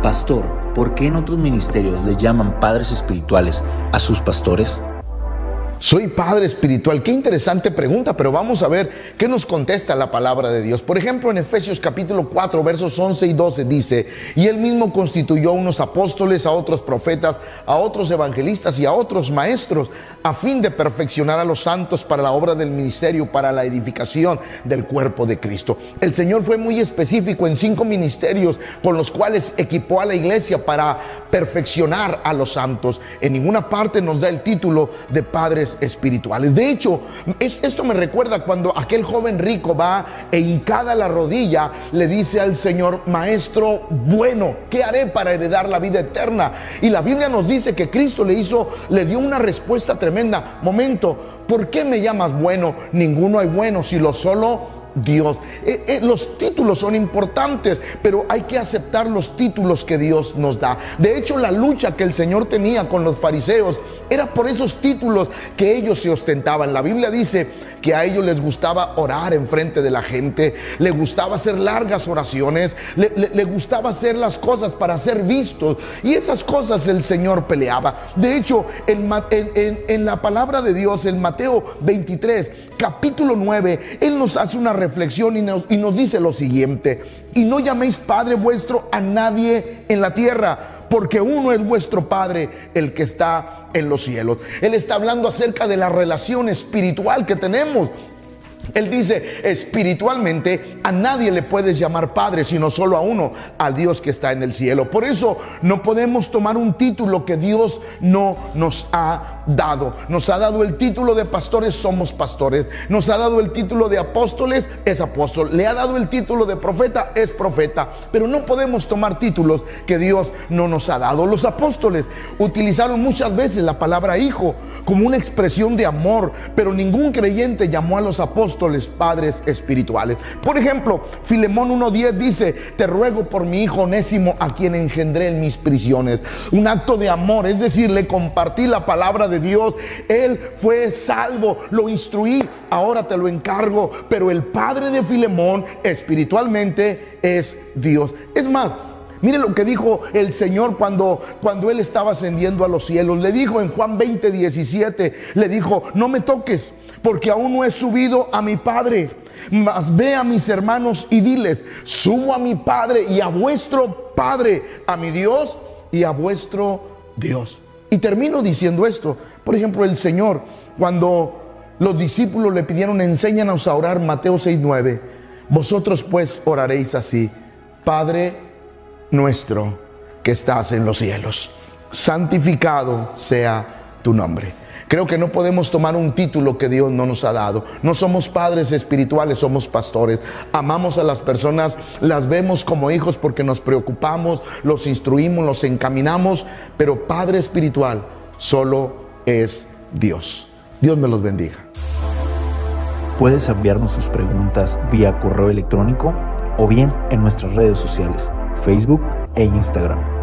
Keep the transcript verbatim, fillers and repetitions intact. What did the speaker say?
Pastor, ¿por qué en otros ministerios le llaman padres espirituales a sus pastores? Soy padre espiritual. Qué interesante pregunta, pero vamos a ver qué nos contesta la palabra de Dios. Por ejemplo, en Efesios capítulo cuatro, versos once y doce dice: y él mismo constituyó a unos apóstoles, a otros profetas, a otros evangelistas y a otros maestros, a fin de perfeccionar a los santos para la obra del ministerio, para la edificación del cuerpo de Cristo. El Señor fue muy específico en cinco ministerios con los cuales equipó a la iglesia para perfeccionar a los santos. En ninguna parte nos da el título de padres espirituales. De hecho, es, esto me recuerda cuando aquel joven rico va e hincada la rodilla le dice al Señor: Maestro bueno, ¿qué haré para heredar la vida eterna? Y la Biblia nos dice que Cristo le hizo, le dio una respuesta tremenda. Momento, ¿por qué me llamas bueno? Ninguno hay bueno, sino solo Dios. Eh, eh, los títulos son importantes, pero hay que aceptar los títulos que Dios nos da. De hecho, la lucha que el Señor tenía con los fariseos era por esos títulos que ellos se ostentaban. La Biblia dice que a ellos les gustaba orar en frente de la gente, le gustaba hacer largas oraciones, le, le, le gustaba hacer las cosas para ser vistos, y esas cosas el Señor peleaba. De hecho, en, en, en, en la palabra de Dios, en Mateo veintitrés, capítulo nueve, Él nos hace una reflexión y nos, y nos dice lo siguiente: y no llaméis Padre vuestro a nadie en la tierra, porque uno es vuestro Padre, el que está en los cielos. Él está hablando acerca de la relación espiritual que tenemos. Él dice: espiritualmente a nadie le puedes llamar padre, sino solo a uno, al Dios que está en el cielo. Por eso no podemos tomar un título que Dios no nos ha dado. Nos ha dado el título de pastores, somos pastores. Nos ha dado el título de apóstoles, es apóstol. Le ha dado el título de profeta, es profeta. Pero no podemos tomar títulos que Dios no nos ha dado. Los apóstoles utilizaron muchas veces la palabra hijo como una expresión de amor, pero ningún creyente llamó a los apóstoles padres espirituales. Por ejemplo, Filemón uno diez dice: te ruego por mi hijo Onésimo, a quien engendré en mis prisiones. Un acto de amor, es decir, le compartí la palabra de Dios. Él fue salvo, lo instruí, ahora te lo encargo. Pero el padre de Filemón espiritualmente es Dios. Es más, mire lo que dijo el Señor cuando, cuando Él estaba ascendiendo a los cielos. Le dijo en Juan veinte diecisiete, le dijo: no me toques, porque aún no he subido a mi Padre, mas ve a mis hermanos y diles: subo a mi Padre y a vuestro Padre, a mi Dios y a vuestro Dios. Y termino diciendo esto. Por ejemplo, el Señor, cuando los discípulos le pidieron: enséñanos a orar, Mateo seis nueve, vosotros pues oraréis así: Padre nuestro que estás en los cielos, santificado sea tu nombre. Creo que no podemos tomar un título que Dios no nos ha dado. No somos padres espirituales, somos pastores. Amamos a las personas, las vemos como hijos porque nos preocupamos, los instruimos, los encaminamos, pero Padre espiritual solo es Dios. Dios me los bendiga. Puedes enviarnos sus preguntas vía correo electrónico o bien en nuestras redes sociales, Facebook e Instagram.